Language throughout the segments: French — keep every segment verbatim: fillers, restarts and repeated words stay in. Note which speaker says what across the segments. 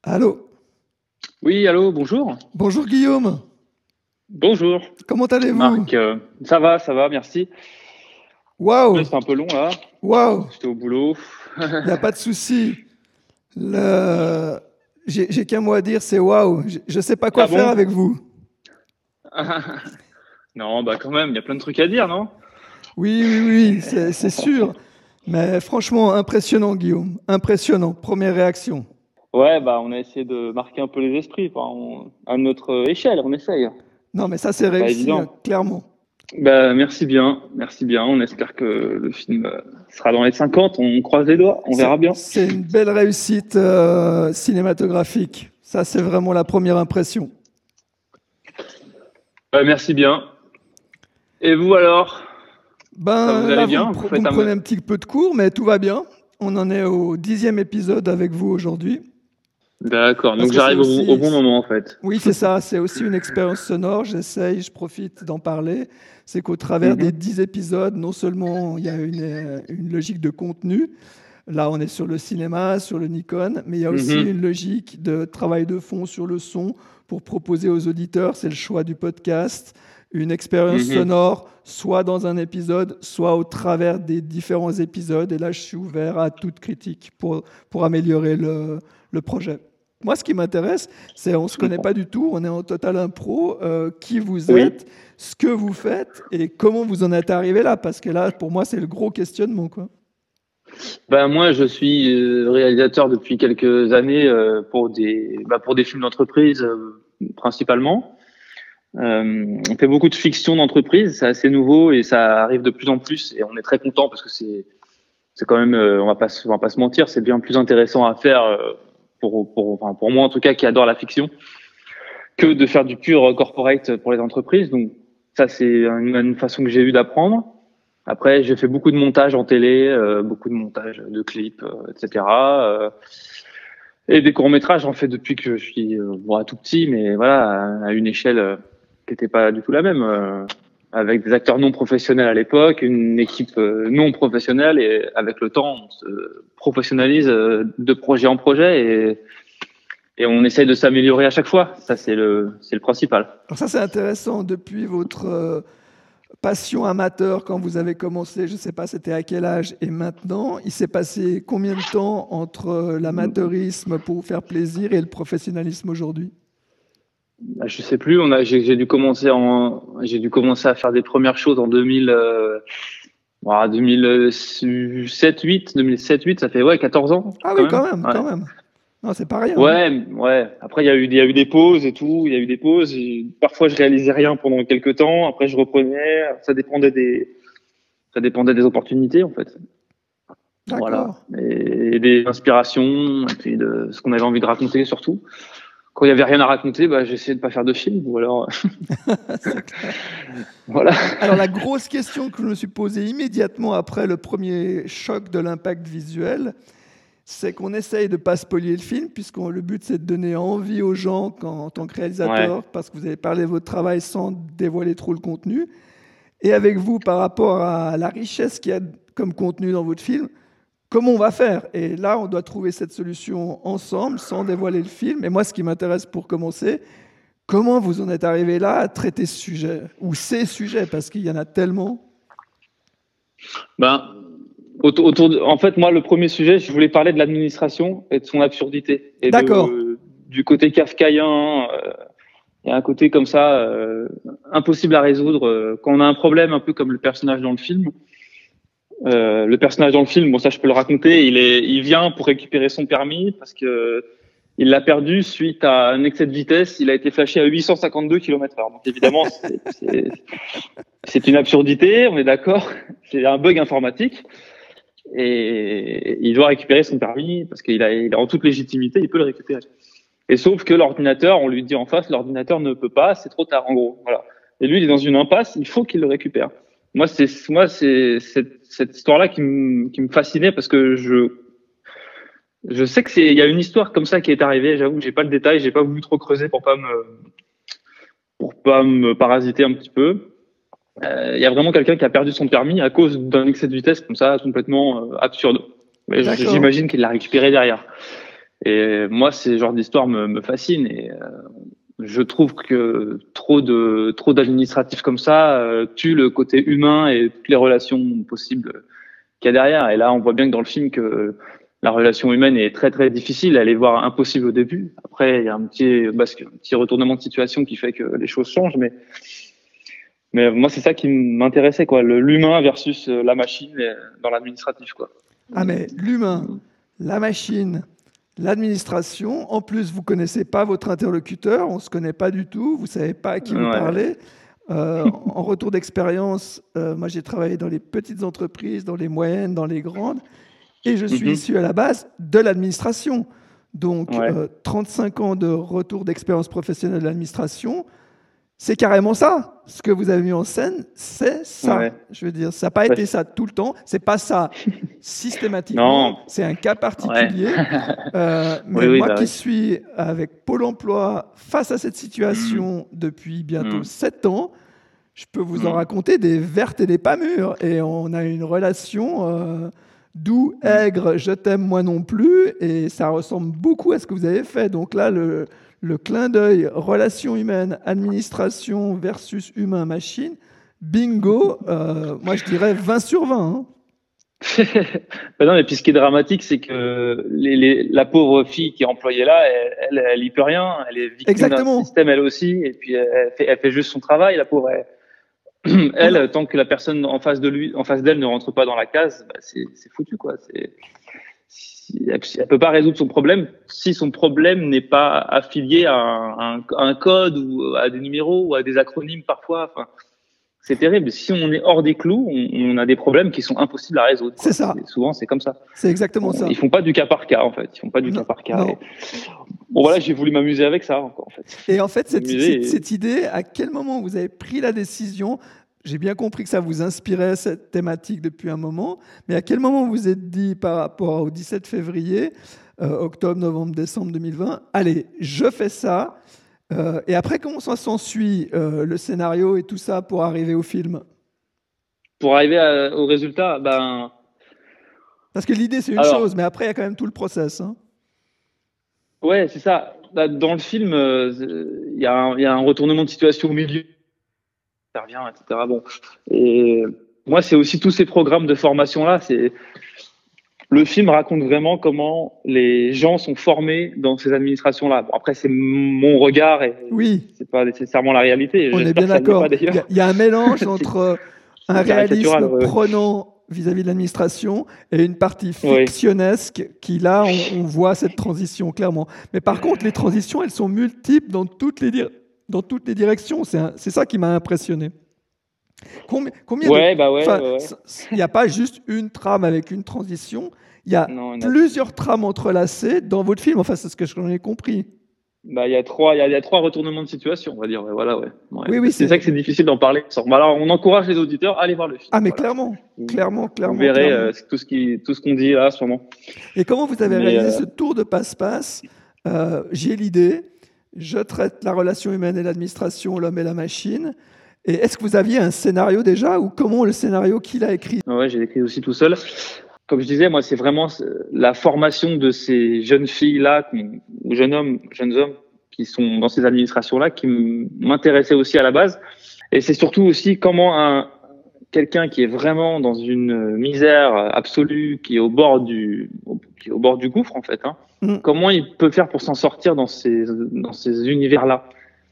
Speaker 1: Allô?
Speaker 2: Oui, allô, bonjour.
Speaker 1: Bonjour Guillaume,
Speaker 2: Bonjour,
Speaker 1: comment allez-vous?
Speaker 2: Marc. euh, ça va, ça va, merci. Ouais,
Speaker 1: Waouh,
Speaker 2: c'était un peu long là.
Speaker 1: waouh,
Speaker 2: J'étais au boulot.
Speaker 1: il n'y a pas de souci. Le... J'ai j'ai qu'un mot à dire, c'est waouh. Je ne sais pas quoi
Speaker 2: Ah
Speaker 1: faire
Speaker 2: bon?
Speaker 1: avec vous.
Speaker 2: Non, bah quand même, il y a plein de trucs à dire, non?
Speaker 1: Oui, oui, oui, c'est c'est sûr. Mais franchement, impressionnant Guillaume, impressionnant. Première réaction.
Speaker 2: Ouais, bah on a essayé de marquer un peu les esprits, enfin, on- à notre échelle, on essaye.
Speaker 1: Non, mais ça c'est
Speaker 2: C'est pas
Speaker 1: réussi, hein,
Speaker 2: évident.
Speaker 1: clairement.
Speaker 2: Bah merci bien, merci bien. On espère que le film euh, sera dans les cinquante. On croise les doigts, on
Speaker 1: C'est
Speaker 2: verra bien.
Speaker 1: c'est une belle réussite euh, cinématographique. Ça, c'est vraiment la première impression.
Speaker 2: Bah, merci bien. Et vous alors? Ça vous
Speaker 1: Ben là,
Speaker 2: allez
Speaker 1: vous me,
Speaker 2: bien? Vous
Speaker 1: pre- vous
Speaker 2: faites
Speaker 1: me
Speaker 2: un...
Speaker 1: prenez un petit peu de cours, mais tout va bien. On en est au dixième épisode avec vous aujourd'hui.
Speaker 2: D'accord,
Speaker 1: Parce
Speaker 2: donc
Speaker 1: que c'est
Speaker 2: j'arrive au, au
Speaker 1: aussi,
Speaker 2: bon moment en fait.
Speaker 1: oui, c'est ça, c'est aussi une expérience sonore. J'essaye, je profite d'en parler. C'est qu'au travers des
Speaker 2: Mhm.
Speaker 1: dix épisodes, non seulement il y a une, euh, une logique de contenu, là on est sur le cinéma, sur le Nikon, mais il y a aussi
Speaker 2: Mhm.
Speaker 1: une logique de travail de fond sur le son pour proposer aux auditeurs, c'est le choix du podcast, une expérience
Speaker 2: Mhm.
Speaker 1: sonore, soit dans un épisode, soit au travers des différents épisodes. Et là, je suis ouvert à toute critique pour, pour améliorer le, le projet. Moi, ce qui m'intéresse, c'est on ne se
Speaker 2: Je
Speaker 1: connaît
Speaker 2: comprends.
Speaker 1: pas du tout, on est en total impro, euh, qui vous
Speaker 2: Oui.
Speaker 1: êtes, ce que vous faites et comment vous en êtes arrivé là, parce que là, pour moi, c'est le gros questionnement, quoi.
Speaker 2: Ben moi, je suis euh, réalisateur depuis quelques années euh, pour des bah, pour des films d'entreprise euh, principalement. Euh, on fait beaucoup de fiction d'entreprise, c'est assez nouveau et ça arrive de plus en plus et on est très content parce que c'est c'est quand même euh, on va pas se- on va pas se mentir, c'est bien plus intéressant à faire euh, pour pour enfin, pour moi en tout cas qui adore la fiction que de faire du pur corporate pour les entreprises. Donc ça c'est une, une façon que j'ai eu d'apprendre. Après, j'ai fait beaucoup de montage en télé, euh, beaucoup de montage de clips, euh, et cetera. Euh, et des courts-métrages, j'en fais depuis que je suis euh, bon, tout petit, mais voilà, à, à une échelle euh, qui n'était pas du tout la même, euh, avec des acteurs non professionnels à l'époque, une équipe euh, non professionnelle, et avec le temps, on se professionnalise euh, de projet en projet et, et on essaye de s'améliorer à chaque fois. Ça, c'est le, c'est le principal.
Speaker 1: Alors ça, c'est intéressant. Depuis votre euh, passion amateur, quand vous avez commencé, je ne sais pas c'était à quel âge, et maintenant, il s'est passé combien de temps entre euh, l'amateurisme pour vous faire plaisir et le professionnalisme aujourd'hui?
Speaker 2: Bah, je sais plus. On a, j'ai, j'ai dû commencer en, j'ai dû commencer à faire des premières choses en deux mille, euh, voilà, deux mille sept, huit, deux mille sept, huit. Ça fait ouais, quatorze ans
Speaker 1: Ah
Speaker 2: quand
Speaker 1: oui,
Speaker 2: même.
Speaker 1: quand même,
Speaker 2: Ouais.
Speaker 1: quand même. Non, c'est pas rien, hein.
Speaker 2: Ouais, ouais. Après, il y a eu, il y a eu des pauses et tout. Il y a eu des pauses. Et parfois, je réalisais rien pendant quelques temps. Après, je reprenais. Ça dépendait des, ça dépendait des opportunités en fait.
Speaker 1: D'accord.
Speaker 2: Voilà. Et, et des inspirations et puis de ce qu'on avait envie de raconter surtout. Quand il y avait rien à raconter, bah, j'essayais de pas faire de film ou alors,
Speaker 1: C'est clair.
Speaker 2: voilà.
Speaker 1: Alors la grosse question que je me suis posée immédiatement après le premier choc de l'impact visuel, c'est qu'on essaye de ne pas spoiler le film, puisque le but c'est de donner envie aux gens quand, en tant que
Speaker 2: Ouais.
Speaker 1: réalisateur, parce que vous avez parlé de votre travail sans dévoiler trop le contenu. Et avec vous, par rapport à la richesse qu'il y a comme contenu dans votre film, comment on va faire? Et là, on doit trouver cette solution ensemble, sans dévoiler le film. Et moi, ce qui m'intéresse pour commencer, comment vous en êtes arrivé là à traiter ce sujet, ou ces sujets, parce qu'il y en a tellement.
Speaker 2: Ben, autour, autour de, en fait, moi, le premier sujet, je voulais parler de l'administration et de son absurdité et
Speaker 1: D'accord.
Speaker 2: de du côté kafkaïen. euh, Il y a un côté comme ça euh, impossible à résoudre euh, quand on a un problème, un peu comme le personnage dans le film. Euh, le personnage dans le film, bon ça je peux le raconter, il est, il vient pour récupérer son permis parce que il l'a perdu suite à un excès de vitesse. Il a été flashé à huit cent cinquante-deux kilomètres heure. Donc évidemment, c'est, c'est, c'est une absurdité, on est d'accord. C'est un bug informatique et il doit récupérer son permis parce qu'il a, il a en toute légitimité, il peut le récupérer. Et sauf que l'ordinateur, on lui dit en face, l'ordinateur ne peut pas, c'est trop tard en gros. Voilà. Et lui, il est dans une impasse, il faut qu'il le récupère. Moi, c'est moi, c'est cette, cette histoire-là qui me qui me fascinait parce que je je sais que c'est il y a une histoire comme ça qui est arrivée. J'avoue que j'ai pas le détail, j'ai pas voulu trop creuser pour pas me pour pas me parasiter un petit peu. Euh, Il y a vraiment quelqu'un qui a perdu son permis à cause d'un excès de vitesse comme ça, complètement euh, absurde. Mais
Speaker 1: D'accord.
Speaker 2: j'imagine qu'il l'a récupéré derrière. Et moi, ces genres d'histoires me, me fascinent. Et euh, je trouve que trop de trop d'administratifs comme ça euh, tuent le côté humain et toutes les relations possibles qu'il y a derrière. Et là, on voit bien que dans le film que la relation humaine est très très difficile, elle est voire impossible au début. Après, il y a un petit basque, un petit retournement de situation qui fait que les choses changent, mais mais moi c'est ça qui m'intéressait, quoi, le, l'humain versus la machine dans l'administratif, quoi.
Speaker 1: Ah mais l'humain, la machine, l'administration, en plus vous connaissez pas votre interlocuteur, on se connaît pas du tout, vous savez pas à qui vous
Speaker 2: Ouais.
Speaker 1: parlez. Euh, en retour d'expérience, euh, moi j'ai travaillé dans les petites entreprises, dans les moyennes, dans les grandes, et je suis
Speaker 2: Mhm.
Speaker 1: issu à la base de l'administration. Donc
Speaker 2: Ouais.
Speaker 1: euh, trente-cinq ans de retour d'expérience professionnelle de l'administration, c'est carrément ça. Ce que vous avez mis en scène, c'est ça.
Speaker 2: Ouais.
Speaker 1: Je veux dire, ça n'a pas
Speaker 2: Ouais.
Speaker 1: été ça tout le temps, c'est pas ça systématiquement,
Speaker 2: Non.
Speaker 1: c'est un cas particulier.
Speaker 2: Ouais.
Speaker 1: Euh, mais
Speaker 2: Oui, oui,
Speaker 1: moi
Speaker 2: bah
Speaker 1: qui
Speaker 2: oui.
Speaker 1: suis avec Pôle emploi face à cette situation depuis bientôt
Speaker 2: Mm.
Speaker 1: sept ans, je peux vous en
Speaker 2: Mm.
Speaker 1: raconter des vertes et des pas mûres. Et on a une relation euh, doux,
Speaker 2: Mm.
Speaker 1: aigre, je t'aime moi non plus. Et ça ressemble beaucoup à ce que vous avez fait. Donc là, le, le clin d'œil, relation humaine, administration versus humain-machine, bingo, euh, moi je dirais vingt sur vingt. Hein.
Speaker 2: Ben non, et puis ce qui est dramatique, c'est que les, les, la pauvre fille qui est employée là, elle, elle, elle y peut rien. Elle est victime d'un
Speaker 1: Exactement.
Speaker 2: système, elle aussi. Et puis elle fait, elle fait juste son travail, la pauvre. Elle,
Speaker 1: On a-
Speaker 2: elle, tant que la personne en face de lui, en face d'elle, ne rentre pas dans la case, bah c'est, c'est foutu, quoi. C'est, si, elle, elle peut pas résoudre son problème si son problème n'est pas affilié à un, un, à un code ou à des numéros ou à des acronymes parfois. Enfin, c'est terrible. Si on est hors des clous, on, on a des problèmes qui sont impossibles à résoudre, quoi.
Speaker 1: C'est ça.
Speaker 2: C'est, souvent, c'est comme ça.
Speaker 1: C'est exactement
Speaker 2: Bon,
Speaker 1: ça.
Speaker 2: ils font pas du cas par cas, en fait. Ils font pas du
Speaker 1: Non,
Speaker 2: cas par cas.
Speaker 1: non.
Speaker 2: Et... Bon, voilà, j'ai voulu m'amuser avec ça, encore, en fait.
Speaker 1: Et en fait, cette,
Speaker 2: M'amuser
Speaker 1: cette,
Speaker 2: et-
Speaker 1: cette idée, à quel moment vous avez pris la décision? J'ai bien compris que ça vous inspirait, cette thématique, depuis un moment, mais à quel moment vous vous êtes dit, par rapport au dix-sept février, euh, octobre, novembre, décembre deux mille vingt, allez, je fais ça, euh, et après, comment ça s'ensuit, euh, le scénario et tout ça, pour arriver au film?
Speaker 2: Pour arriver à- au résultat, ben,
Speaker 1: Parce que l'idée, c'est une
Speaker 2: alors,
Speaker 1: chose, mais après, il y a quand même tout le process. Hein.
Speaker 2: ouais, c'est ça. Là, dans le film, euh, il y, a un- il y a un retournement de situation au milieu, intervient, et cetera. Bon, et moi, c'est aussi tous ces programmes de formation là. C'est le film raconte vraiment comment les gens sont formés dans ces administrations là. Bon, après, c'est mon regard et
Speaker 1: Oui,
Speaker 2: c'est pas nécessairement la réalité.
Speaker 1: on est
Speaker 2: J'espère
Speaker 1: bien
Speaker 2: que ça ne l'est
Speaker 1: d'accord.
Speaker 2: pas
Speaker 1: Il y, a-
Speaker 2: d'ailleurs.
Speaker 1: il y a un mélange
Speaker 2: C'est
Speaker 1: entre un
Speaker 2: c'est caricatural.
Speaker 1: réalisme
Speaker 2: Ouais.
Speaker 1: prenant vis-à-vis de l'administration et une partie
Speaker 2: Oui.
Speaker 1: fictionnesque qui, là, on, on voit cette transition clairement. Mais par contre, les transitions, elles sont multiples dans toutes les, dir- dans toutes les directions. C'est un- c'est ça qui m'a impressionné. Combien, combien de...
Speaker 2: Ouais, bah ouais,
Speaker 1: Enfin,
Speaker 2: ouais, ouais.
Speaker 1: c- c- il n'y a pas juste une trame avec une transition. Il y a
Speaker 2: Non, il y en a-
Speaker 1: plusieurs trames entrelacées dans votre film. Enfin, c'est ce que j'en ai compris.
Speaker 2: Bah, il y a trois, il y a, il y a trois retournements de situation, on va dire. Ouais, voilà, ouais. Ouais.
Speaker 1: Oui, oui,
Speaker 2: c'est
Speaker 1: c'est-
Speaker 2: ça que c'est difficile d'en parler. Bah, alors, on encourage les auditeurs à aller voir le film.
Speaker 1: Ah, mais
Speaker 2: Voilà.
Speaker 1: clairement,
Speaker 2: Vous-
Speaker 1: clairement, clairement.
Speaker 2: Vous verrez
Speaker 1: clairement.
Speaker 2: euh, tout ce qui, tout ce qu'on dit là, à ce moment.
Speaker 1: Et comment vous avez
Speaker 2: Mais,
Speaker 1: réalisé
Speaker 2: euh,
Speaker 1: ce tour de passe-passe? Euh, J'ai l'idée, je traite la relation humaine et l'administration, l'homme et la machine. Et est-ce que vous aviez un scénario déjà, ou comment le scénario qu'il a écrit?
Speaker 2: Ouais, j'ai écrit aussi tout seul. Comme je disais, moi, c'est vraiment la formation de ces jeunes filles-là, ou jeunes hommes, jeunes hommes qui sont dans ces administrations-là, qui m'intéressait aussi à la base. Et c'est surtout aussi comment un, quelqu'un qui est vraiment dans une misère absolue, qui est au bord du, qui est au bord du gouffre, en fait, hein,
Speaker 1: Mm.
Speaker 2: comment il peut faire pour s'en sortir dans ces, dans ces univers-là.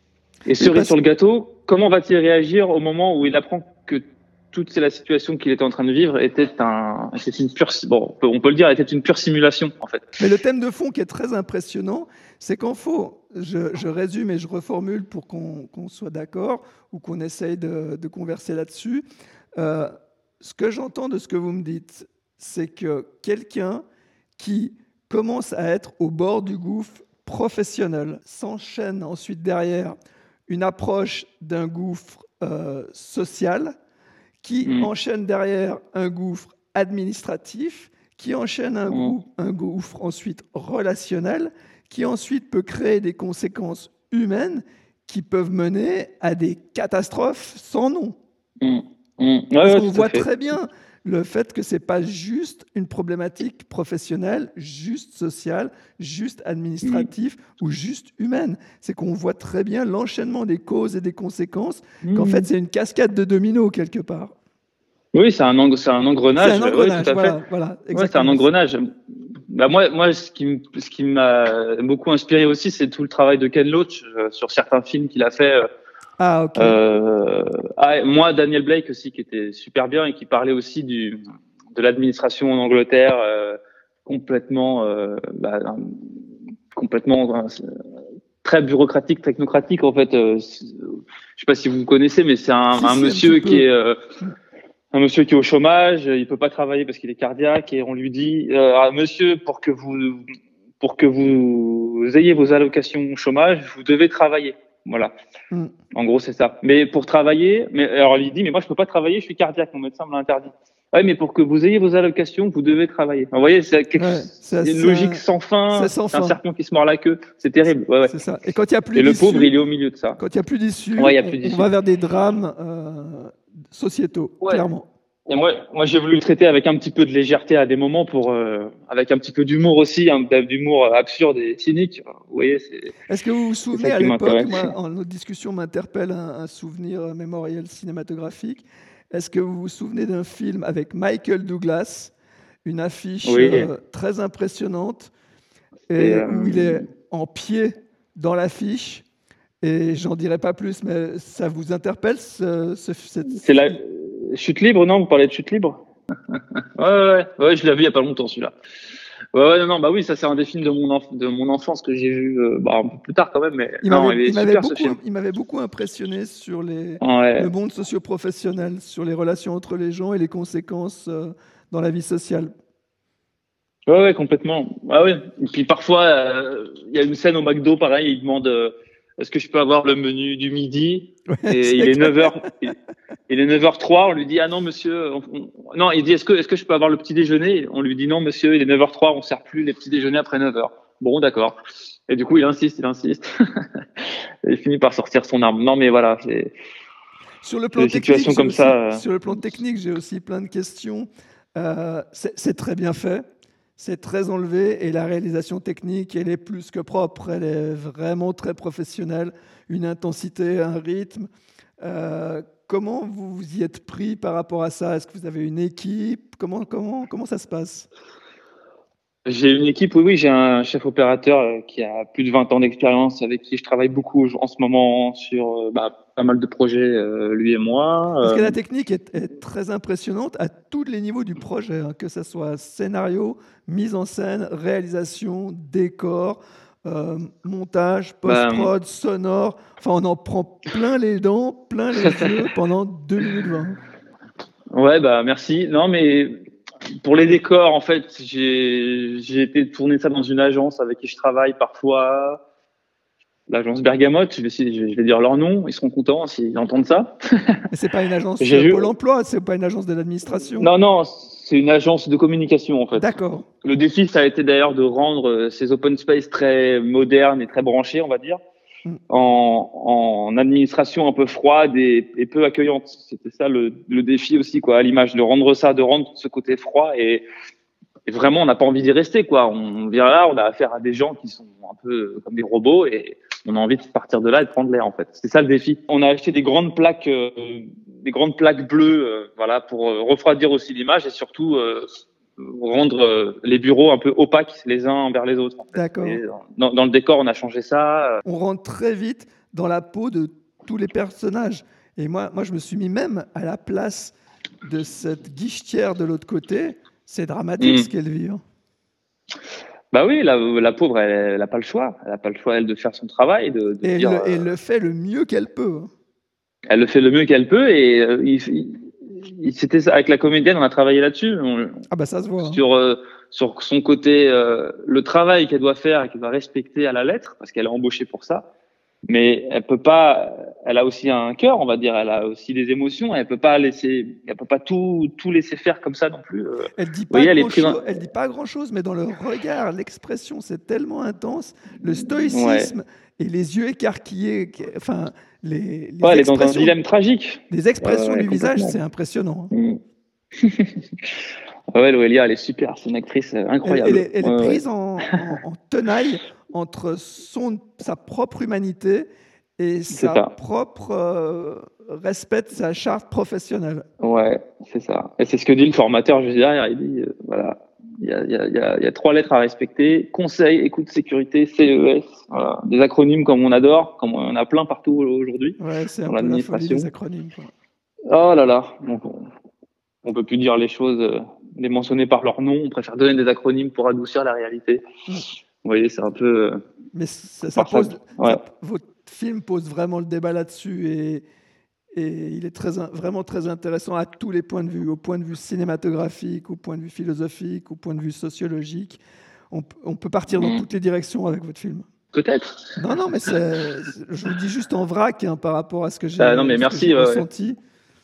Speaker 2: Et cerise
Speaker 1: parce-
Speaker 2: sur le gâteau, comment va-t-il réagir au moment où il apprend que toute la situation qu'il était en train de vivre était un, c'était une pure, bon, on peut, on peut le dire, était une pure simulation, en fait.
Speaker 1: Mais le thème de fond qui est très impressionnant, c'est qu'en faut, je, je résume et je reformule pour qu'on qu'on soit d'accord ou qu'on essaye de, de converser là-dessus. Euh, ce que j'entends de ce que vous me dites, c'est que quelqu'un qui commence à être au bord du gouffre professionnel s'enchaîne ensuite derrière une approche d'un gouffre euh, social, qui
Speaker 2: Mm.
Speaker 1: enchaîne derrière un gouffre administratif, qui enchaîne un,
Speaker 2: Mm.
Speaker 1: gouffre, un gouffre ensuite relationnel, qui ensuite peut créer des conséquences humaines qui peuvent mener à des catastrophes sans nom.
Speaker 2: Mm. Mm. Ouais,
Speaker 1: Parce
Speaker 2: ouais,
Speaker 1: qu'on
Speaker 2: tout à
Speaker 1: voit
Speaker 2: fait.
Speaker 1: très bien le fait que c'est pas juste une problématique professionnelle, juste sociale, juste administrative mmh. ou juste humaine. C'est qu'on voit très bien l'enchaînement des causes et des conséquences, mmh. qu'en fait, c'est une cascade de dominos quelque part.
Speaker 2: Oui, c'est un, eng- c'est un engrenage.
Speaker 1: C'est un engrenage,
Speaker 2: oui, tout à
Speaker 1: voilà.
Speaker 2: fait.
Speaker 1: voilà
Speaker 2: ouais, c'est un engrenage. Bah moi, moi, ce qui, m- ce qui m'a beaucoup inspiré aussi, c'est tout le travail de Ken Loach euh, sur certains films qu'il a fait. Euh,
Speaker 1: ah, ok.
Speaker 2: Euh, ah, moi, Daniel Blake aussi, qui était super bien et qui parlait aussi du, de l'administration en Angleterre, euh, complètement, euh, bah, complètement euh, très bureaucratique, technocratique en fait. Euh, je sais pas si vous connaissez, mais c'est un,
Speaker 1: si,
Speaker 2: un
Speaker 1: si,
Speaker 2: monsieur
Speaker 1: un
Speaker 2: qui est euh, un monsieur qui est au chômage, il peut pas travailler parce qu'il est cardiaque et on lui dit, euh, ah, monsieur, pour que vous pour que vous ayez vos allocations chômage, vous devez travailler. Voilà. Mm. En gros, c'est ça. Mais pour travailler, mais alors il dit, mais moi je peux pas travailler, je suis cardiaque, mon médecin me l'a interdit. Ouais, mais pour que vous ayez vos allocations, vous devez travailler. Vous voyez, c'est quelque... ouais, c'est une logique sans fin. C'est, sans c'est fin. Un serpent qui se mord la queue. C'est terrible. Ouais, ouais.
Speaker 1: C'est ça. Et quand il y a plus
Speaker 2: Et
Speaker 1: d'issue,
Speaker 2: le pauvre, il est au milieu de ça.
Speaker 1: Quand il y a plus d'issue,
Speaker 2: ouais,
Speaker 1: on, on va vers des drames euh, sociétaux, ouais. clairement.
Speaker 2: Et moi, moi, j'ai voulu le traiter avec un petit peu de légèreté à des moments, pour, euh, avec un petit peu d'humour aussi, un d'humour absurde et cynique. Vous voyez, c'est.
Speaker 1: Est-ce que vous vous souvenez à l'époque, moi, en notre discussion m'interpelle un, un souvenir mémoriel cinématographique. Est-ce que vous vous souvenez d'un film avec Michael Douglas, une affiche oui. euh, très impressionnante, et, et euh... où il est en pied dans l'affiche, et j'en dirai pas plus, mais ça vous interpelle ce, ce, cette...
Speaker 2: C'est la chute libre, non? Vous parlez de chute libre? ouais, ouais, ouais, je l'ai vu il y a pas longtemps celui-là. Ouais, ouais, non, non, bah oui, ça c'est un des films de mon, enf- de mon enfance que j'ai vu euh, bah, un peu plus tard quand même, mais
Speaker 1: il
Speaker 2: non,
Speaker 1: m'avait,
Speaker 2: il est
Speaker 1: il
Speaker 2: super
Speaker 1: m'avait
Speaker 2: ce
Speaker 1: beaucoup,
Speaker 2: film.
Speaker 1: Il m'avait beaucoup impressionné sur les,
Speaker 2: ouais.
Speaker 1: le monde socio-professionnel, sur les relations entre les gens et les conséquences euh, dans la vie sociale.
Speaker 2: Ouais, ouais, complètement. Ah ouais. Et puis parfois, il euh, y a une scène au McDo, pareil, il demande euh, est-ce que je peux avoir le menu du midi? Ouais, et c'est il est neuf heures. Il, il est neuf heures trois, on lui dit ah non monsieur, on, on, non, il dit est-ce que est-ce que je peux avoir le petit déjeuner? On lui dit non monsieur, il est neuf heures trois, on sert plus les petits déjeuners après neuf heures. Bon, d'accord. Et du coup, il insiste, il insiste. Et il finit par sortir son arme. Non mais voilà, c'est
Speaker 1: sur le plan
Speaker 2: des
Speaker 1: technique,
Speaker 2: situations comme
Speaker 1: aussi,
Speaker 2: ça.
Speaker 1: Sur le plan technique, j'ai aussi plein de questions. Euh, c'est, c'est très bien fait. C'est très enlevé et la réalisation technique, elle est plus que propre. Elle est vraiment très professionnelle. Une intensité, un rythme. Euh, comment vous vous y êtes pris par rapport à ça? Est-ce que vous avez une équipe? Comment, comment, comment ça se passe?
Speaker 2: J'ai une équipe, oui, oui. J'ai un chef opérateur qui a plus de vingt ans d'expérience, avec qui je travaille beaucoup en ce moment sur bah, pas mal de projets, euh, lui et moi.
Speaker 1: Parce que la technique est, est très impressionnante à tous les niveaux du projet, hein, que ce soit scénario, mise en scène, réalisation, décor, euh, montage, post-prod, bah, sonore. Enfin, on en prend plein les dents, plein les yeux pendant deux minutes vingt.
Speaker 2: Ouais, bah merci. Non, mais pour les décors, en fait, j'ai, j'ai été tourner ça dans une agence avec qui je travaille parfois. L'agence Bergamote, je vais, je vais dire leur nom, ils seront contents s'ils entendent ça.
Speaker 1: Mais c'est pas une agence de Pôle emploi, c'est pas une agence de l'administration.
Speaker 2: Non, non, c'est une agence de communication en fait.
Speaker 1: D'accord.
Speaker 2: Le défi, ça a été d'ailleurs de rendre ces open space très modernes et très branchés, on va dire, mm. en, en administration un peu froide et, et peu accueillante. C'était ça le, le défi aussi, quoi, à l'image, de rendre ça, de rendre ce côté froid et Et vraiment, on n'a pas envie d'y rester, quoi. On vient là, on a affaire à des gens qui sont un peu comme des robots et on a envie de partir de là et de prendre l'air, en fait. C'est ça le défi. On a acheté des grandes plaques, euh, des grandes plaques bleues, euh, voilà, pour euh, refroidir aussi l'image et surtout euh, rendre euh, les bureaux un peu opaques les uns envers les autres. En fait.
Speaker 1: D'accord.
Speaker 2: Et dans, dans le décor, on a changé ça.
Speaker 1: On rentre très vite dans la peau de tous les personnages. Et moi, moi, je me suis mis même à la place de cette guichetière de l'autre côté. C'est dramatique mmh. ce qu'elle vit. Hein.
Speaker 2: Bah oui, la, la pauvre, elle n'a pas le choix. Elle n'a pas le choix, elle, de faire son travail. De, de
Speaker 1: et
Speaker 2: dire,
Speaker 1: elle,
Speaker 2: euh,
Speaker 1: elle le fait le mieux qu'elle peut. Hein.
Speaker 2: Elle le fait le mieux qu'elle peut. Et euh, il, il, c'était avec la comédienne, on a travaillé là-dessus. On,
Speaker 1: ah bah ça se voit.
Speaker 2: Sur,
Speaker 1: hein.
Speaker 2: euh, sur son côté, euh, le travail qu'elle doit faire et qu'elle doit respecter à la lettre, parce qu'elle est embauchée pour ça. Mais elle peut pas, elle a aussi un cœur, on va dire, elle a aussi des émotions, elle peut pas laisser, elle peut pas tout, tout laisser faire comme ça non plus.
Speaker 1: Elle dit pas voyez, grand chose, dans... elle dit pas grand chose, mais dans le regard, l'expression, c'est tellement intense, le stoïcisme ouais. et les yeux écarquillés, enfin, les, les
Speaker 2: ouais, elle est dans un dilemme tragique.
Speaker 1: Les expressions ouais, ouais, du visage, c'est impressionnant.
Speaker 2: Mmh. Ouais, Loelia, elle est super, c'est une actrice incroyable.
Speaker 1: Elle, elle est, elle est
Speaker 2: Ouais,
Speaker 1: prise
Speaker 2: ouais.
Speaker 1: en, en, en tenaille entre son, sa propre humanité et
Speaker 2: C'est
Speaker 1: sa
Speaker 2: ça.
Speaker 1: propre euh, respect de sa charte professionnelle.
Speaker 2: Ouais, c'est ça. Et c'est ce que dit le formateur juste derrière. Il dit, euh, voilà, il y a, il y, a, il y, a, il y a trois lettres à respecter. Conseil, écoute, sécurité, C E S. Voilà. Des acronymes comme on adore, comme on en a plein partout aujourd'hui
Speaker 1: Ouais, c'est un
Speaker 2: dans
Speaker 1: peu la folie des
Speaker 2: l'administration.
Speaker 1: acronymes, quoi.
Speaker 2: Oh là là. Donc, on, on peut plus dire les choses, euh, les mentionner par leur nom. On préfère donner des acronymes pour adoucir la réalité.
Speaker 1: Mm.
Speaker 2: Vous voyez, c'est un peu euh,
Speaker 1: Mais ça, ça
Speaker 2: par ça.
Speaker 1: pose,
Speaker 2: Ouais.
Speaker 1: ça, votre film pose vraiment le débat là-dessus et, et il est très, vraiment très intéressant à tous les points de vue, au point de vue cinématographique, au point de vue philosophique, au point de vue sociologique. On, on peut partir dans toutes les directions avec votre film.
Speaker 2: Peut-être.
Speaker 1: Non, non, mais c'est, je vous dis juste en vrac hein, par rapport à ce que j'ai,
Speaker 2: Euh, non, mais
Speaker 1: ce que j'ai
Speaker 2: merci. Ouais, ouais.
Speaker 1: ressenti.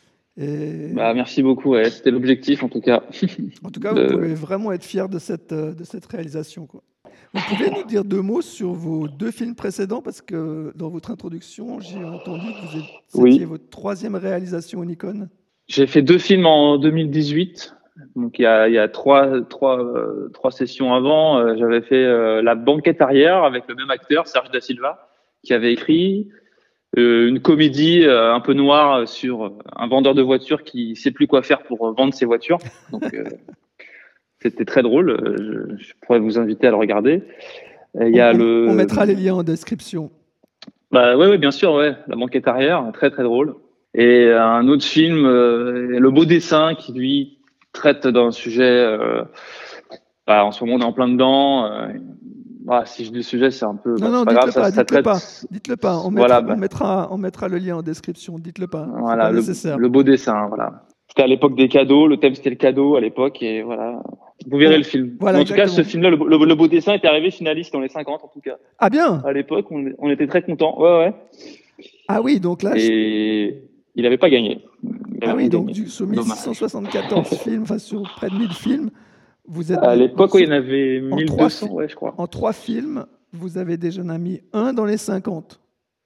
Speaker 1: Et
Speaker 2: Bah, merci beaucoup. Ouais. C'était l'objectif en tout cas.
Speaker 1: en tout cas, vous
Speaker 2: de...
Speaker 1: pouvez vraiment être fier de cette, de cette réalisation, quoi. Vous pouvez nous dire deux mots sur vos deux films précédents parce que dans votre introduction, j'ai entendu que vous êtes, c'était
Speaker 2: Oui.
Speaker 1: votre troisième réalisation au Nikon.
Speaker 2: J'ai fait deux films en deux mille dix-huit. Donc il y a, il y a trois, trois, euh, trois sessions avant, euh, j'avais fait euh, La banquette arrière avec le même acteur, Serge Da Silva, qui avait écrit euh, une comédie euh, un peu noire sur un vendeur de voitures qui sait plus quoi faire pour vendre ses voitures. Donc euh, c'était très drôle. Je, je pourrais vous inviter à le regarder. Il y
Speaker 1: On,
Speaker 2: a
Speaker 1: on- on
Speaker 2: le,
Speaker 1: mettra les liens en description.
Speaker 2: bah ouais, ouais, bien sûr, ouais, La banquette arrière, très très drôle. Et un autre film, euh, Le beau dessin, qui lui traite d'un sujet. Euh, bah, en ce moment, on est en plein dedans. Euh, bah, si je dis le sujet, c'est un peu,
Speaker 1: Non,
Speaker 2: bah, c'est
Speaker 1: non,
Speaker 2: pas grave,
Speaker 1: dites-le
Speaker 2: ça,
Speaker 1: pas,
Speaker 2: ça
Speaker 1: dites-le
Speaker 2: traite.
Speaker 1: pas, dites-le pas. On
Speaker 2: Voilà,
Speaker 1: mettra, on
Speaker 2: bah,
Speaker 1: mettra, on mettra le lien en description. Dites-le pas. C'est pas
Speaker 2: voilà, le,
Speaker 1: nécessaire.
Speaker 2: le beau dessin, voilà. C'était à l'époque des cadeaux. Le thème c'était le cadeau à l'époque, et voilà. Vous verrez
Speaker 1: On-
Speaker 2: le film.
Speaker 1: voilà,
Speaker 2: Mais en tout cas, ce
Speaker 1: exactement.
Speaker 2: film-là, le, le- le beau dessin était arrivé finaliste dans les cinquante, en tout cas.
Speaker 1: Ah bien.
Speaker 2: À l'époque, on, on était très contents. Ouais, ouais.
Speaker 1: Ah oui, donc là, je-
Speaker 2: Et il n'avait pas gagné. Il
Speaker 1: ah
Speaker 2: avait
Speaker 1: oui,
Speaker 2: rien
Speaker 1: donc
Speaker 2: gagné.
Speaker 1: du, sur
Speaker 2: Dommage.
Speaker 1: mille six cent soixante-quatorze films, enfin sur près de mille films, vous êtes
Speaker 2: À
Speaker 1: de-
Speaker 2: l'époque, ouais, il
Speaker 1: sur-
Speaker 2: y en avait
Speaker 1: en trois,
Speaker 2: mille deux cents,
Speaker 1: fi-
Speaker 2: ouais, je crois.
Speaker 1: en trois films, vous avez déjà mis un dans les cinquante.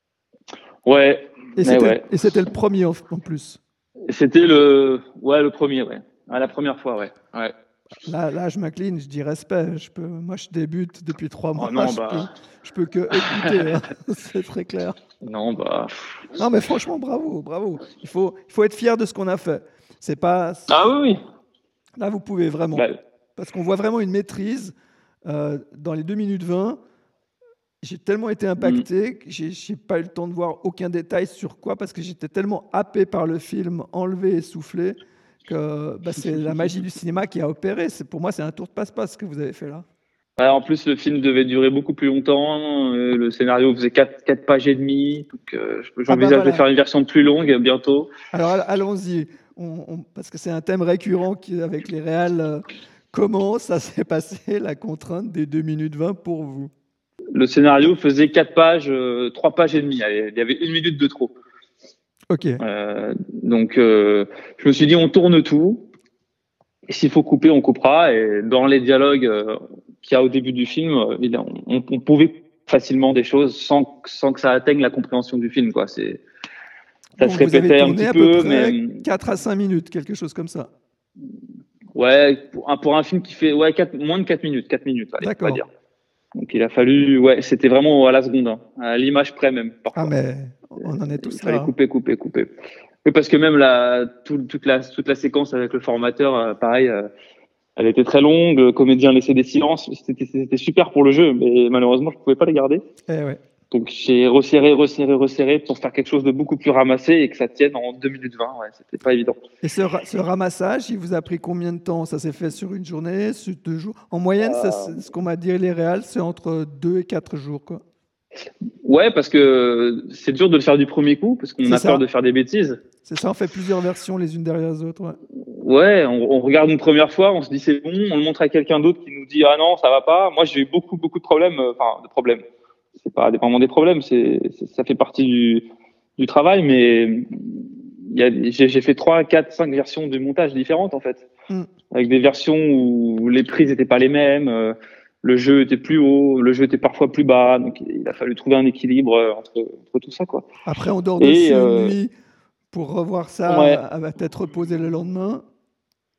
Speaker 2: Ouais,
Speaker 1: Et
Speaker 2: mais
Speaker 1: c'était,
Speaker 2: ouais.
Speaker 1: et c'était le premier en, en plus.
Speaker 2: C'était le, ouais, le premier, ouais. À la première fois, ouais. Ouais.
Speaker 1: Là, là, je m'incline, je dis respect. Je peux, moi, je débute depuis trois
Speaker 2: Oh
Speaker 1: mois.
Speaker 2: non,
Speaker 1: Je peux,
Speaker 2: bah,
Speaker 1: je peux que écouter. Hein. C'est très clair.
Speaker 2: non, bah.
Speaker 1: Non, mais franchement, bravo, bravo. Il faut, il faut être fier de ce qu'on a fait. C'est pas.
Speaker 2: Ah oui, oui.
Speaker 1: Là, vous pouvez vraiment.
Speaker 2: Bah,
Speaker 1: Parce qu'on voit vraiment une maîtrise euh, dans les deux minutes vingt. J'ai tellement été
Speaker 2: hmm.
Speaker 1: impacté que j'ai j'ai pas eu le temps de voir aucun détail sur quoi parce que j'étais tellement happé par le film, enlevé et soufflé que bah, c'est la magie du cinéma qui a opéré. C'est pour moi, c'est un tour de passe-passe ce que vous avez fait là.
Speaker 2: Ouais, en plus, le film devait durer beaucoup plus longtemps. Euh, le scénario faisait quatre, quatre pages et demie. Donc, euh,
Speaker 1: Ah bah
Speaker 2: j'envisage de faire
Speaker 1: voilà.
Speaker 2: une version plus longue bientôt.
Speaker 1: Alors all- allons-y, On- on- parce que c'est un thème récurrent qui, avec les réals. euh, comment ça s'est passé la contrainte des deux minutes vingt pour vous?
Speaker 2: Le scénario faisait quatre pages, euh, trois pages et demie. Allez, il y avait une minute de trop.
Speaker 1: Ok.
Speaker 2: Euh, donc, euh, je me suis dit, on tourne tout. Et s'il faut couper, on coupera. Et dans les dialogues euh, qu'il y a au début du film, euh, il- on, on pouvait facilement des choses sans, sans que ça atteigne la compréhension du film, quoi. C'est, ça se
Speaker 1: Donc vous avez
Speaker 2: répétait un
Speaker 1: tourné
Speaker 2: petit
Speaker 1: à peu
Speaker 2: peu,
Speaker 1: près
Speaker 2: mais
Speaker 1: quatre à cinq minutes, quelque chose comme ça.
Speaker 2: ouais, pour un, pour un film qui fait ouais, quatre, moins de quatre minutes, quatre minutes, allez, on va
Speaker 1: D'accord.
Speaker 2: dire. Donc il a fallu, ouais, c'était vraiment à la seconde, hein, à l'image près même,
Speaker 1: Ah
Speaker 2: parfois.
Speaker 1: mais on en est
Speaker 2: Il
Speaker 1: tous
Speaker 2: fallait
Speaker 1: là. Hein.
Speaker 2: couper, couper, couper. Oui, parce que même la, tout, toute la, toute la séquence avec le formateur, euh, pareil, euh, elle était très longue, le comédien laissait des silences, c'était, c'était super pour le jeu, mais malheureusement, je pouvais pas les garder.
Speaker 1: Eh ouais.
Speaker 2: Donc j'ai resserré, resserré, resserré pour faire quelque chose de beaucoup plus ramassé et que ça tienne en deux minutes vingt, ouais, c'était pas évident.
Speaker 1: Et ce, ra- ce ramassage, il vous a pris combien de temps? Ça s'est fait sur une journée, sur deux jours? En moyenne, ça, c'est- ce qu'on m'a dit les réals, c'est entre deux et quatre jours. Quoi.
Speaker 2: Ouais, parce que c'est dur de le faire du premier coup, parce qu'on
Speaker 1: C'est
Speaker 2: a peur
Speaker 1: ça.
Speaker 2: de faire des bêtises.
Speaker 1: C'est ça, on fait plusieurs versions les unes derrière les autres. Ouais.
Speaker 2: Ouais, on, on regarde une première fois, on se dit c'est bon, on le montre à quelqu'un d'autre qui nous dit ah non, ça va pas. Moi, j'ai eu beaucoup, beaucoup de problèmes, euh, enfin, de problèmes. C'est pas vraiment des problèmes, c'est, c'est- ça fait partie du, du travail, mais il y a, j'ai, j'ai fait trois, quatre, cinq versions de montage différentes en fait,
Speaker 1: Mm.
Speaker 2: avec des versions où les prises étaient pas les mêmes, euh, le jeu était plus haut, le jeu était parfois plus bas, donc il a fallu trouver un équilibre euh, entre, entre tout ça quoi.
Speaker 1: Après, on dort
Speaker 2: Et
Speaker 1: dessus une
Speaker 2: euh,
Speaker 1: nuit pour revoir ça
Speaker 2: ouais,
Speaker 1: à à tête reposée le lendemain.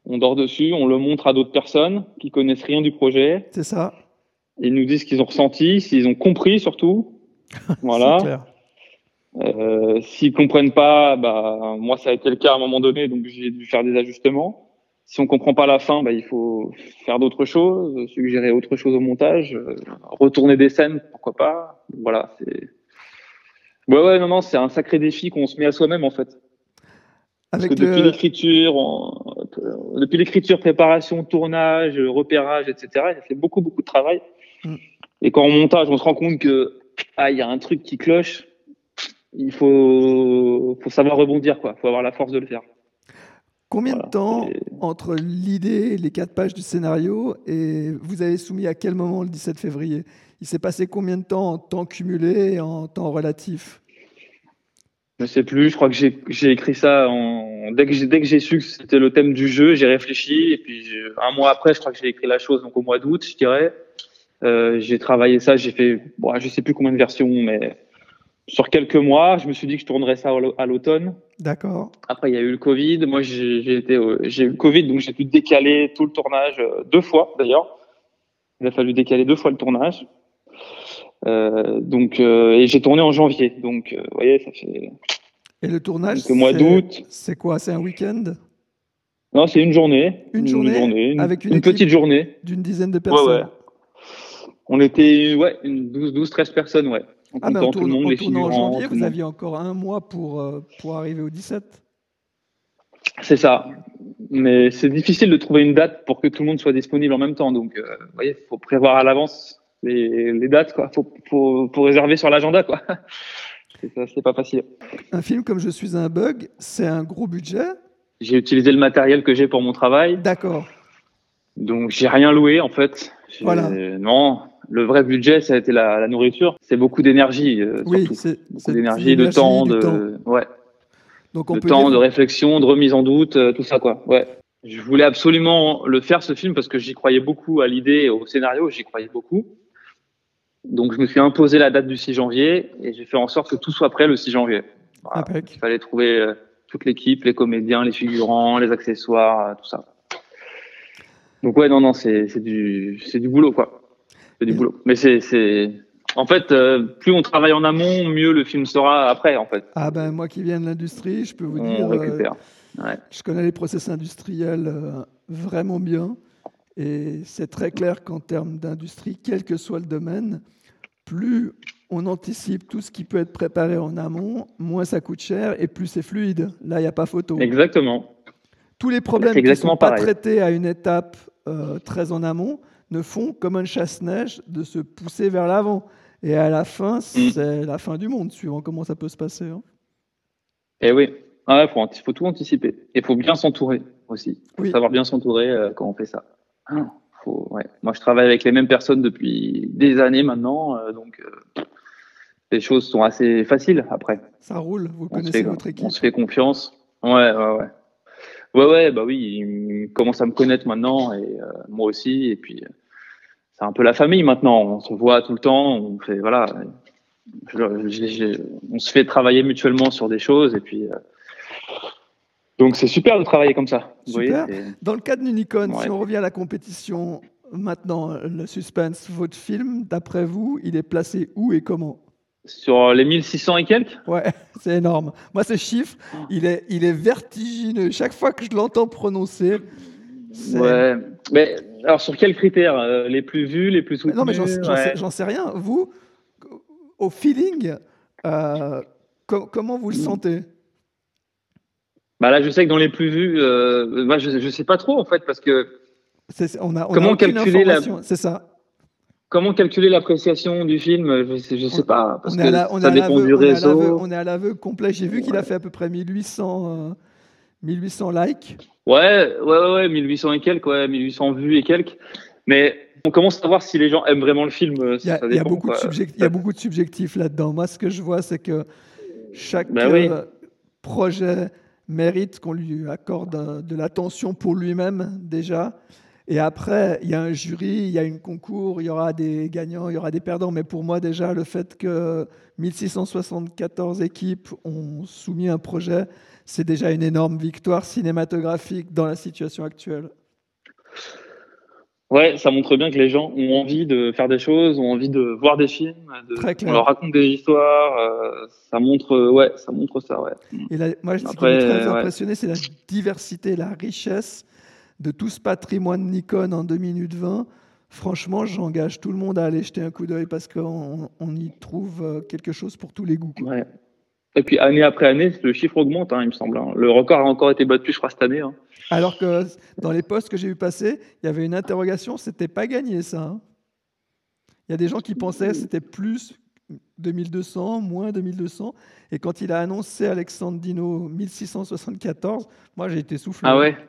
Speaker 2: on dort dessus, on le montre à d'autres personnes qui connaissent rien du projet.
Speaker 1: C'est ça.
Speaker 2: Ils nous disent ce qu'ils ont ressenti, s'ils ont compris surtout. Voilà.
Speaker 1: C'est clair.
Speaker 2: Euh, s'ils comprennent pas, bah moi ça a été le cas à un moment donné, donc j'ai dû faire des ajustements. Si on comprend pas la fin, bah il faut faire d'autres choses, suggérer autre chose au montage, euh, retourner des scènes, pourquoi pas. Voilà, c'est ouais ouais non non, c'est un sacré défi qu'on se met à soi-même en fait. Parce
Speaker 1: Avec
Speaker 2: que depuis
Speaker 1: le...
Speaker 2: l'écriture, on- euh, depuis l'écriture, préparation, tournage, repérage, et cetera, il a fait beaucoup beaucoup de travail.
Speaker 1: Mm.
Speaker 2: Et quand on montage, on se rend compte que ah il y a un truc qui cloche. Il faut, faut savoir rebondir, quoi. Faut avoir la force de le faire.
Speaker 1: Combien de
Speaker 2: Voilà.
Speaker 1: temps
Speaker 2: Et
Speaker 1: entre l'idée, les quatre pages du scénario, et vous avez soumis à quel moment le dix-sept février? Il s'est passé combien de temps en temps cumulé et en temps relatif?
Speaker 2: je sais plus. Je crois que j'ai, j'ai écrit ça en, dès que j'ai, dès que j'ai su que c'était le thème du jeu, j'ai réfléchi. Et puis, j'ai- un mois après, je crois que j'ai écrit la chose, donc au mois d'août, je dirais. Euh, j'ai travaillé ça, j'ai fait, bon, je sais plus combien de versions, mais sur quelques mois, je me suis dit que je tournerais ça à l'au- à l'automne.
Speaker 1: D'accord.
Speaker 2: Après, il y a eu le Covid. Moi, j'ai, j'ai été, au- j'ai eu le Covid, donc j'ai dû décaler tout le tournage euh, deux fois, d'ailleurs. Il a fallu décaler deux fois le tournage. Euh, donc, euh, et j'ai tourné en janvier. Donc, euh, vous voyez, ça fait
Speaker 1: Et le tournage,
Speaker 2: donc, le mois
Speaker 1: c'est
Speaker 2: d'août.
Speaker 1: c'est quoi? C'est un week-end?
Speaker 2: Non, c'est une journée,
Speaker 1: Une
Speaker 2: une
Speaker 1: journée
Speaker 2: journée, une,
Speaker 1: avec une
Speaker 2: une
Speaker 1: équipe
Speaker 2: petite journée.
Speaker 1: d'une dizaine de
Speaker 2: Ouais, ouais.
Speaker 1: personnes?
Speaker 2: On était, ouais, une douze, douze, treize personnes, ouais. En
Speaker 1: Ah, mais en,
Speaker 2: comptant tout le
Speaker 1: tourne-
Speaker 2: monde,
Speaker 1: en
Speaker 2: les
Speaker 1: tournant en
Speaker 2: figurants,
Speaker 1: janvier,
Speaker 2: tout le
Speaker 1: vous
Speaker 2: monde.
Speaker 1: aviez encore un mois pour, euh, pour arriver au dix-sept.
Speaker 2: C'est ça. Mais c'est difficile de trouver une date pour que tout le monde soit disponible en même temps. Donc, euh, vous voyez, faut prévoir à l'avance les, les dates, quoi. Faut, faut, faut réserver sur l'agenda, quoi. C'est ça, c'est pas facile.
Speaker 1: Un film comme Je suis un bug, c'est un gros budget.
Speaker 2: J'ai utilisé le matériel que j'ai pour mon travail.
Speaker 1: D'accord.
Speaker 2: Donc j'ai rien loué en fait. J'ai-
Speaker 1: Voilà.
Speaker 2: Non, le vrai budget ça a été la, la nourriture. C'est beaucoup d'énergie euh,
Speaker 1: Oui,
Speaker 2: surtout,
Speaker 1: c'est
Speaker 2: beaucoup
Speaker 1: c'est de
Speaker 2: d'énergie, de
Speaker 1: l'énergie,
Speaker 2: temps,
Speaker 1: du temps.
Speaker 2: de ouais,
Speaker 1: Donc on
Speaker 2: de
Speaker 1: peut
Speaker 2: temps,
Speaker 1: dire,
Speaker 2: de réflexion, de remise en doute, euh, tout ça quoi. Ouais. Je voulais absolument le faire ce film parce que j'y croyais beaucoup à l'idée, et au scénario, j'y croyais beaucoup. Donc je me suis imposé la date du six janvier et j'ai fait en sorte que tout soit prêt le six janvier. Voilà. Il
Speaker 1: impec.
Speaker 2: fallait trouver euh, toute l'équipe, les comédiens, les figurants, les accessoires, euh, tout ça. Donc ouais, non, non, c'est c'est du c'est du boulot quoi. C'est du
Speaker 1: Et-
Speaker 2: boulot. Mais c'est c'est en fait euh, plus on travaille en amont, mieux le film sera après en fait.
Speaker 1: Ah ben moi qui viens de l'industrie, je peux vous
Speaker 2: On
Speaker 1: dire, euh,
Speaker 2: récupère. Ouais.
Speaker 1: je connais les process industriels euh, vraiment bien. Et c'est très clair qu'en termes d'industrie, quel que soit le domaine, plus on anticipe tout ce qui peut être préparé en amont, moins ça coûte cher et plus c'est fluide. Là, il n'y a pas photo.
Speaker 2: Exactement.
Speaker 1: Tous les
Speaker 2: C'est
Speaker 1: problèmes qui ne sont
Speaker 2: exactement
Speaker 1: pas
Speaker 2: pareil.
Speaker 1: traités à une étape euh, très en amont ne font comme un chasse-neige de se pousser vers l'avant. Et à la fin,
Speaker 2: Mm.
Speaker 1: c'est la fin du monde, suivant comment ça peut se passer. hein.
Speaker 2: Et oui. Ah ouais, faut, anti- faut tout anticiper. Et faut bien s'entourer aussi. Faut
Speaker 1: Oui,
Speaker 2: savoir bien s'entourer euh, quand on fait ça. Ah, faut, ouais. Moi, je travaille avec les mêmes personnes depuis des années maintenant, euh, donc euh, les choses sont assez faciles après.
Speaker 1: ça roule, vous
Speaker 2: On se
Speaker 1: connaissez
Speaker 2: fait,
Speaker 1: votre
Speaker 2: on se
Speaker 1: équipe.
Speaker 2: fait confiance. Ouais, ouais, ouais. Ouais, ouais, bah oui, ils commencent à me connaître maintenant et euh, moi aussi. Et puis, euh, c'est un peu la famille maintenant. On se voit tout le temps. On fait, voilà, je- je- je- on se fait travailler mutuellement sur des choses et puis. euh, donc c'est super de travailler comme ça. Vous voyez,
Speaker 1: Super.
Speaker 2: c'est
Speaker 1: Dans le cas de Unicorn, si
Speaker 2: ouais.
Speaker 1: on revient à la compétition maintenant, le suspense, votre film, d'après vous, il est placé où et comment?
Speaker 2: Sur les mille six cents et quelques.
Speaker 1: Ouais, c'est énorme. Moi, ce chiffre, il est, il est vertigineux. Chaque fois que je l'entends prononcer, c'est...
Speaker 2: Ouais. Mais alors sur quels critères euh, les plus vus, les plus
Speaker 1: Non, mais j'en
Speaker 2: soutenus?
Speaker 1: j'en sais,
Speaker 2: Ouais.
Speaker 1: j'en sais rien. Vous, au feeling, euh, co- comment vous le sentez?
Speaker 2: Bah là, je sais que dans les plus vus, euh, bah, je je sais pas trop en fait parce que
Speaker 1: C'est- on n'a on a
Speaker 2: comment
Speaker 1: aucune
Speaker 2: calculer la
Speaker 1: information. C'est ça.
Speaker 2: comment calculer l'appréciation du film? Je sais, je sais
Speaker 1: On,
Speaker 2: pas parce
Speaker 1: on est à
Speaker 2: que
Speaker 1: la- on est
Speaker 2: ça
Speaker 1: à
Speaker 2: dépend
Speaker 1: l'aveu,
Speaker 2: du
Speaker 1: on est à l'aveu,
Speaker 2: réseau.
Speaker 1: on est à l'aveu complet. J'ai vu qu'il a
Speaker 2: Ouais.
Speaker 1: fait à peu près mille huit cents, euh, mille huit cents likes.
Speaker 2: Ouais, ouais, ouais, ouais, mille huit cents et quelques, ouais, mille huit cents vues et quelques. Mais on commence à voir si les gens aiment vraiment le film, euh,
Speaker 1: Il y a,
Speaker 2: ça
Speaker 1: il y a
Speaker 2: dépend,
Speaker 1: beaucoup de
Speaker 2: quoi.
Speaker 1: subject- il y
Speaker 2: Ça-
Speaker 1: a beaucoup de subjectifs là-dedans. Moi, ce que je vois, c'est que chaque
Speaker 2: Bah oui,
Speaker 1: euh, projet mérite qu'on lui accorde euh, de l'attention pour lui-même déjà. Et après, il y a un jury, il y a un concours, il y aura des gagnants, il y aura des perdants. Mais pour moi, déjà, le fait que mille six cent soixante-quatorze équipes ont soumis un projet, c'est déjà une énorme victoire cinématographique dans la situation actuelle.
Speaker 2: Ouais, ça montre bien que les gens ont envie de faire des choses, ont envie de voir des films, de,
Speaker 1: Très clair.
Speaker 2: on leur raconte des histoires. Euh, ça montre, ouais, ça montre ça, ouais.
Speaker 1: Et là, moi, ce qui
Speaker 2: Après,
Speaker 1: m'a très
Speaker 2: ouais.
Speaker 1: impressionné, c'est la diversité, la richesse de tout ce patrimoine Nikon en deux minutes vingt. Franchement, j'engage tout le monde à aller jeter un coup d'œil parce qu'on on y trouve quelque chose pour tous les goûts, quoi.
Speaker 2: Ouais. Et puis année après année, le chiffre augmente, hein, il me semble. Hein. Le record a encore été battu, je crois, cette année. Hein.
Speaker 1: Alors que dans les posts que j'ai vu passer, il y avait une interrogation, c'était pas gagné ça. Hein. Il y a des gens qui pensaient que c'était plus deux mille deux cents, moins deux mille deux cents. Et quand il a annoncé Alexandre Dino mille six cent soixante-quatorze, moi j'ai été soufflé.
Speaker 2: Ah ouais.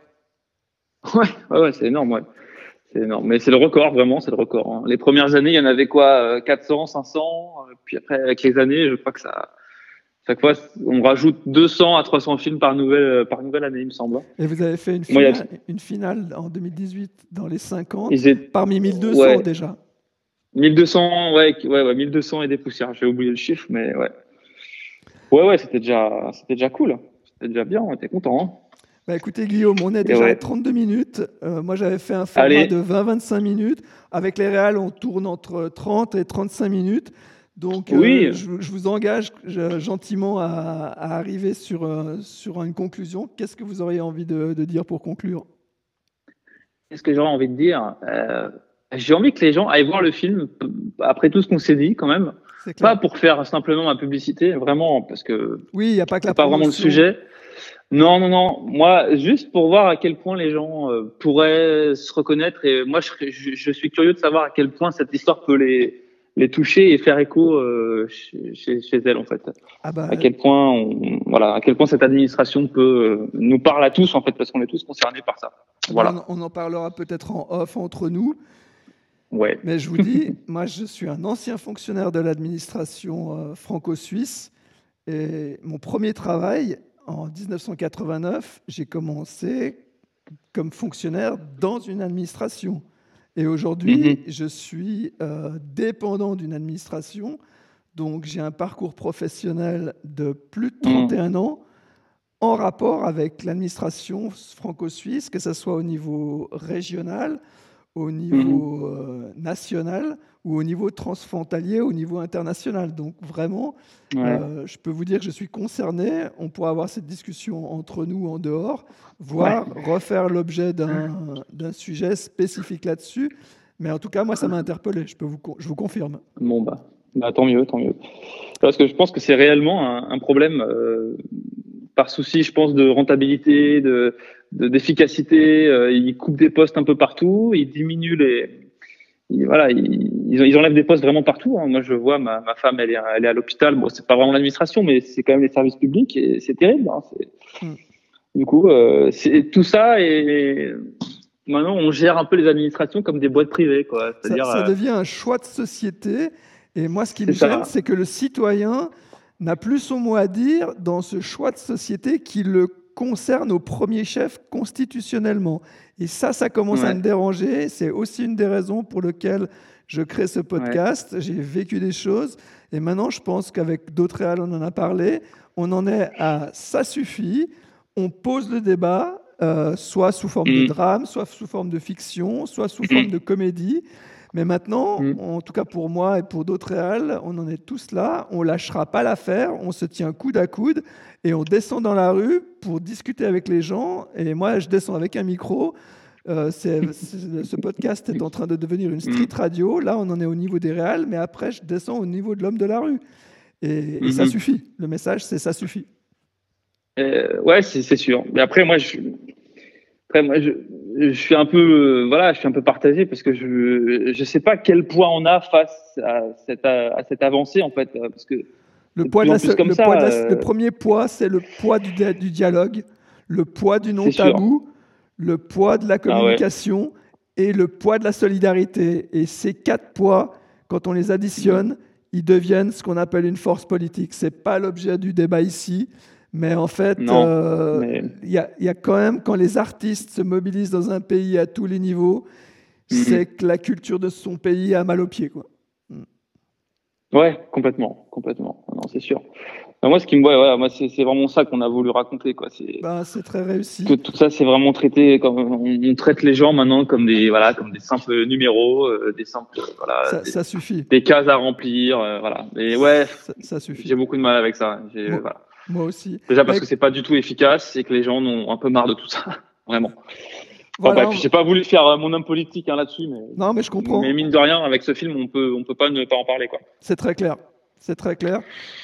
Speaker 2: Ouais, ouais, ouais, c'est énorme, ouais. C'est énorme. Mais c'est le record, vraiment, c'est le record. Hein. Les premières années, il y en avait quoi, quatre cents, cinq cents. Puis après, avec les années, je crois que ça, chaque fois, on rajoute deux cents à trois cents films par nouvelle, par nouvelle année, il me semble.
Speaker 1: Et vous avez fait une finale, Moi, une finale en deux mille dix-huit dans les cinquante, étaient... parmi mille deux cents ouais. déjà.
Speaker 2: mille deux cents, ouais, ouais, ouais, mille deux cents et des poussières. J'ai oublié le chiffre, mais ouais. Ouais, ouais, c'était déjà, c'était déjà cool. C'était déjà bien, on était contents. Hein.
Speaker 1: Bah écoutez Guillaume, on est déjà ouais. à trente-deux minutes. Euh, moi j'avais fait un format Allez. de vingt à vingt-cinq minutes. Avec les réals, on tourne entre trente et trente-cinq minutes. Donc oui. euh, je, je vous engage je, gentiment à, à arriver sur, euh, sur une conclusion. Qu'est-ce que vous auriez envie de, de dire pour conclure?
Speaker 2: Qu'est-ce que j'aurais envie de dire euh, J'ai envie que les gens aillent voir le film, après tout ce qu'on s'est dit quand même. Pas pour faire simplement ma publicité, vraiment, parce que
Speaker 1: oui, il n'y a pas que la
Speaker 2: c'est pas vraiment le sujet. Non, non, non. Moi, juste pour voir à quel point les gens euh, pourraient se reconnaître. Et moi, je, je, je suis curieux de savoir à quel point cette histoire peut les, les toucher et faire écho euh, chez, chez, chez elles, en fait.
Speaker 1: Ah bah,
Speaker 2: à quel point, on, voilà, à quel point cette administration peut euh, nous parle à tous, en fait, parce qu'on est tous concernés par ça. Voilà.
Speaker 1: On, on en parlera peut-être en off entre nous.
Speaker 2: Ouais.
Speaker 1: Mais je vous dis, moi, je suis un ancien fonctionnaire de l'administration euh, franco-suisse. Et mon premier travail, en dix-neuf cent quatre-vingt-neuf, j'ai commencé comme fonctionnaire dans une administration. Et aujourd'hui, mm-hmm. je suis euh, dépendant d'une administration. Donc, j'ai un parcours professionnel de plus de trente et un mmh. ans en rapport avec l'administration franco-suisse, que ce soit au niveau régional, au niveau mmh. euh, national ou au niveau transfrontalier, au niveau international. Donc vraiment, ouais. euh, je peux vous dire que je suis concerné. On pourra avoir cette discussion entre nous en dehors, voire ouais. refaire l'objet d'un, d'un sujet spécifique là-dessus. Mais en tout cas, moi, ça m'a interpellé, je, peux vous, je vous confirme.
Speaker 2: Bon, bah, bah tant mieux, tant mieux. Parce que je pense que c'est réellement un, un problème euh, par souci, je pense, de rentabilité, de, de, d'efficacité. Euh, ils coupent des postes un peu partout, ils diminuent les... Ils, voilà, ils, ils enlèvent des postes vraiment partout. Hein. Moi, je vois ma, ma femme, elle est, elle est à l'hôpital. Bon, c'est pas vraiment l'administration, mais c'est quand même les services publics et c'est terrible. Hein. C'est... Mm. Du coup, euh, c'est tout ça et maintenant on gère un peu les administrations comme des boîtes privées, quoi. C'est-à-dire,
Speaker 1: ça, ça devient un choix de société. Et moi, ce qui me gêne, c'est que le citoyen n'a plus son mot à dire dans ce choix de société qui le concerne au premier chef constitutionnellement. Et ça, ça commence ouais. à me déranger. C'est aussi une des raisons pour lesquelles je crée ce podcast. Ouais. J'ai vécu des choses. Et maintenant, je pense qu'avec d'autres réals, on en a parlé. On en est à ça suffit. On pose le débat, euh, soit sous forme mmh. de drame, soit sous forme de fiction, soit sous mmh. forme de comédie. Mais maintenant, mmh. en tout cas pour moi et pour d'autres réals, on en est tous là. On ne lâchera pas l'affaire. On se tient coude à coude et on descend dans la rue pour discuter avec les gens. Et moi, je descends avec un micro. Euh, c'est, c'est, ce podcast est en train de devenir une street radio. Là, on en est au niveau des réals, mais après, je descends au niveau de l'homme de la rue. Et, mmh. et ça suffit. Le message, c'est ça suffit.
Speaker 2: Euh, ouais, c'est, c'est sûr. Mais après, moi, je, après, moi, je, je suis un peu, euh, voilà, je suis un peu partagé parce que je, je sais pas quel poids on a face à cette, à, à cette avancée en fait, parce que
Speaker 1: le poids de la, le, ça, poids de la, euh... le premier poids, c'est le poids du, du dialogue, le poids du non tabou, le poids de la communication ah ouais. et le poids de la solidarité. Et ces quatre poids, quand on les additionne, mmh. ils deviennent ce qu'on appelle une force politique. C'est pas l'objet du débat ici. Mais en fait, il
Speaker 2: Non,
Speaker 1: euh,
Speaker 2: mais
Speaker 1: y, a, y a quand même, quand les artistes se mobilisent dans un pays à tous les niveaux, c'est
Speaker 2: mhm.
Speaker 1: que la culture de son pays a mal aux pieds, quoi. Mm.
Speaker 2: Ouais, complètement, complètement. Non, c'est sûr. Euh, Moi, ce qui me, ouais, voilà, moi, c'est c'est vraiment ça qu'on a voulu raconter, quoi. C'est
Speaker 1: Ben, c'est très
Speaker 2: que
Speaker 1: réussi.
Speaker 2: tout ça, c'est vraiment traité comme on, on traite les gens maintenant comme des, voilà, comme des simples numéros, euh, des simples, voilà,
Speaker 1: Ça,
Speaker 2: des,
Speaker 1: ça suffit.
Speaker 2: des cases à remplir, euh, voilà. Et ouais,
Speaker 1: Ça, ça
Speaker 2: j'ai
Speaker 1: suffit.
Speaker 2: beaucoup de mal avec ça. J'ai,
Speaker 1: Moi,
Speaker 2: voilà.
Speaker 1: moi aussi.
Speaker 2: Déjà parce
Speaker 1: Mais
Speaker 2: que c'est pas du tout efficace et que les gens en ont un peu marre de tout ça, vraiment. Enfin
Speaker 1: voilà.
Speaker 2: bref,
Speaker 1: on
Speaker 2: j'ai
Speaker 1: va-
Speaker 2: pas voulu faire euh, mon homme politique hein, là-dessus, mais,
Speaker 1: Non, mais je
Speaker 2: mais
Speaker 1: comprends.
Speaker 2: mine de rien, avec ce film, on peut, on peut pas ne pas en parler, quoi.
Speaker 1: C'est très clair. C'est très clair.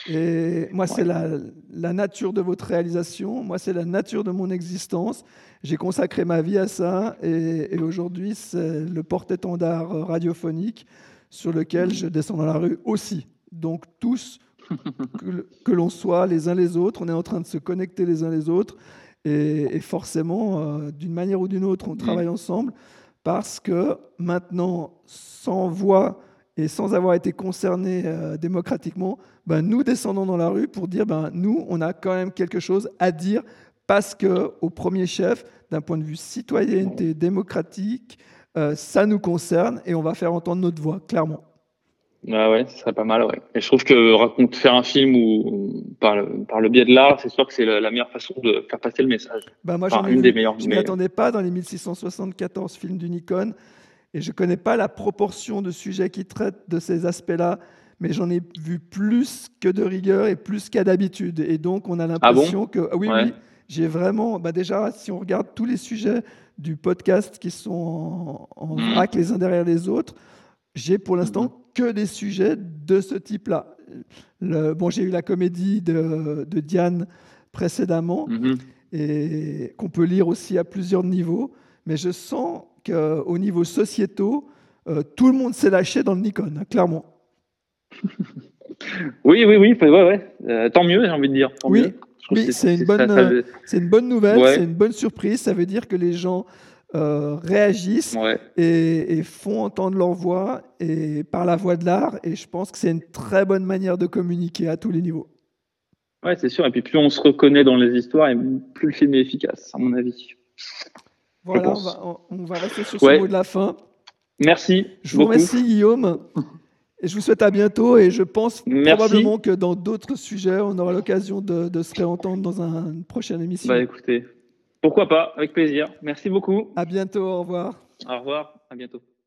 Speaker 1: Et moi, c'est
Speaker 2: Ouais.
Speaker 1: la, la nature de votre réalisation. Moi, c'est la nature de mon existence. J'ai consacré ma vie à ça. Et, et aujourd'hui, c'est le porte-étendard radiophonique sur lequel je descends dans la rue aussi. Donc, tous, que, que l'on soit les uns les autres, on est en train de se connecter les uns les autres. Et, et forcément, euh, d'une manière ou d'une autre, on
Speaker 2: Mm.
Speaker 1: travaille ensemble parce que maintenant, sans voix et sans avoir été concernés euh, démocratiquement, ben, nous descendons dans la rue pour dire, ben, nous, on a quand même quelque chose à dire parce que, au premier chef, d'un point de vue citoyenneté démocratique, euh, ça nous concerne et on va faire entendre notre voix, clairement.
Speaker 2: Ah ouais, ce serait pas mal, ouais. Et je trouve que raconte, faire un film ou par le, par le biais de l'art, c'est sûr que c'est la, la meilleure façon de faire passer le message.
Speaker 1: Ben, moi, j'en
Speaker 2: Enfin,
Speaker 1: ai
Speaker 2: une des
Speaker 1: vu,
Speaker 2: meilleures,
Speaker 1: je ne m'y
Speaker 2: mais
Speaker 1: attendais pas dans les mille six cent soixante-quatorze films du Nikon. Et je ne connais pas la proportion de sujets qui traitent de ces aspects-là, mais j'en ai vu plus que de rigueur et plus qu'à d'habitude. Et donc, on a
Speaker 2: ah bon?
Speaker 1: l'impression que, ah oui,
Speaker 2: Ouais.
Speaker 1: oui, j'ai vraiment, bah déjà, si on regarde tous les sujets du podcast qui sont en, en
Speaker 2: Mhm.
Speaker 1: vrac les uns derrière les autres, j'ai pour
Speaker 2: Mhm.
Speaker 1: l'instant que des sujets de ce type-là. Le- Bon, j'ai eu la comédie de, de Diane précédemment,
Speaker 2: Mhm.
Speaker 1: et qu'on peut lire aussi à plusieurs niveaux. Mais je sens qu'au niveau sociétaux, euh, tout le monde s'est lâché dans le Nikon, hein, clairement.
Speaker 2: Oui, oui, oui, ouais, ouais. Euh, tant mieux, j'ai envie de dire, tant
Speaker 1: Oui,
Speaker 2: mieux. Je trouve que
Speaker 1: oui,
Speaker 2: c'est,
Speaker 1: c'est une
Speaker 2: c'est ça,
Speaker 1: bonne,
Speaker 2: ça,
Speaker 1: euh, c'est une bonne nouvelle, c'est
Speaker 2: ouais,
Speaker 1: une bonne surprise. Ça veut dire que les gens euh, réagissent
Speaker 2: ouais,
Speaker 1: et, et font entendre leur voix et par la voix de l'art. Et je pense que c'est une très bonne manière de communiquer à tous les niveaux.
Speaker 2: ouais, c'est sûr. Et puis plus on se reconnaît dans les histoires, et plus le film est efficace, à mon avis, je
Speaker 1: Voilà, on
Speaker 2: pense.
Speaker 1: va, on va rester sur ce mot de
Speaker 2: Ouais,
Speaker 1: la fin.
Speaker 2: merci
Speaker 1: Je vous
Speaker 2: beaucoup.
Speaker 1: remercie, Guillaume. Et je vous souhaite à bientôt et je pense
Speaker 2: Merci.
Speaker 1: probablement que dans d'autres sujets, on aura l'occasion de, de se réentendre dans un- une prochaine
Speaker 2: Bah
Speaker 1: émission.
Speaker 2: écoutez, pourquoi pas, avec plaisir. Merci beaucoup.
Speaker 1: À bientôt, au revoir.
Speaker 2: Au revoir, à bientôt.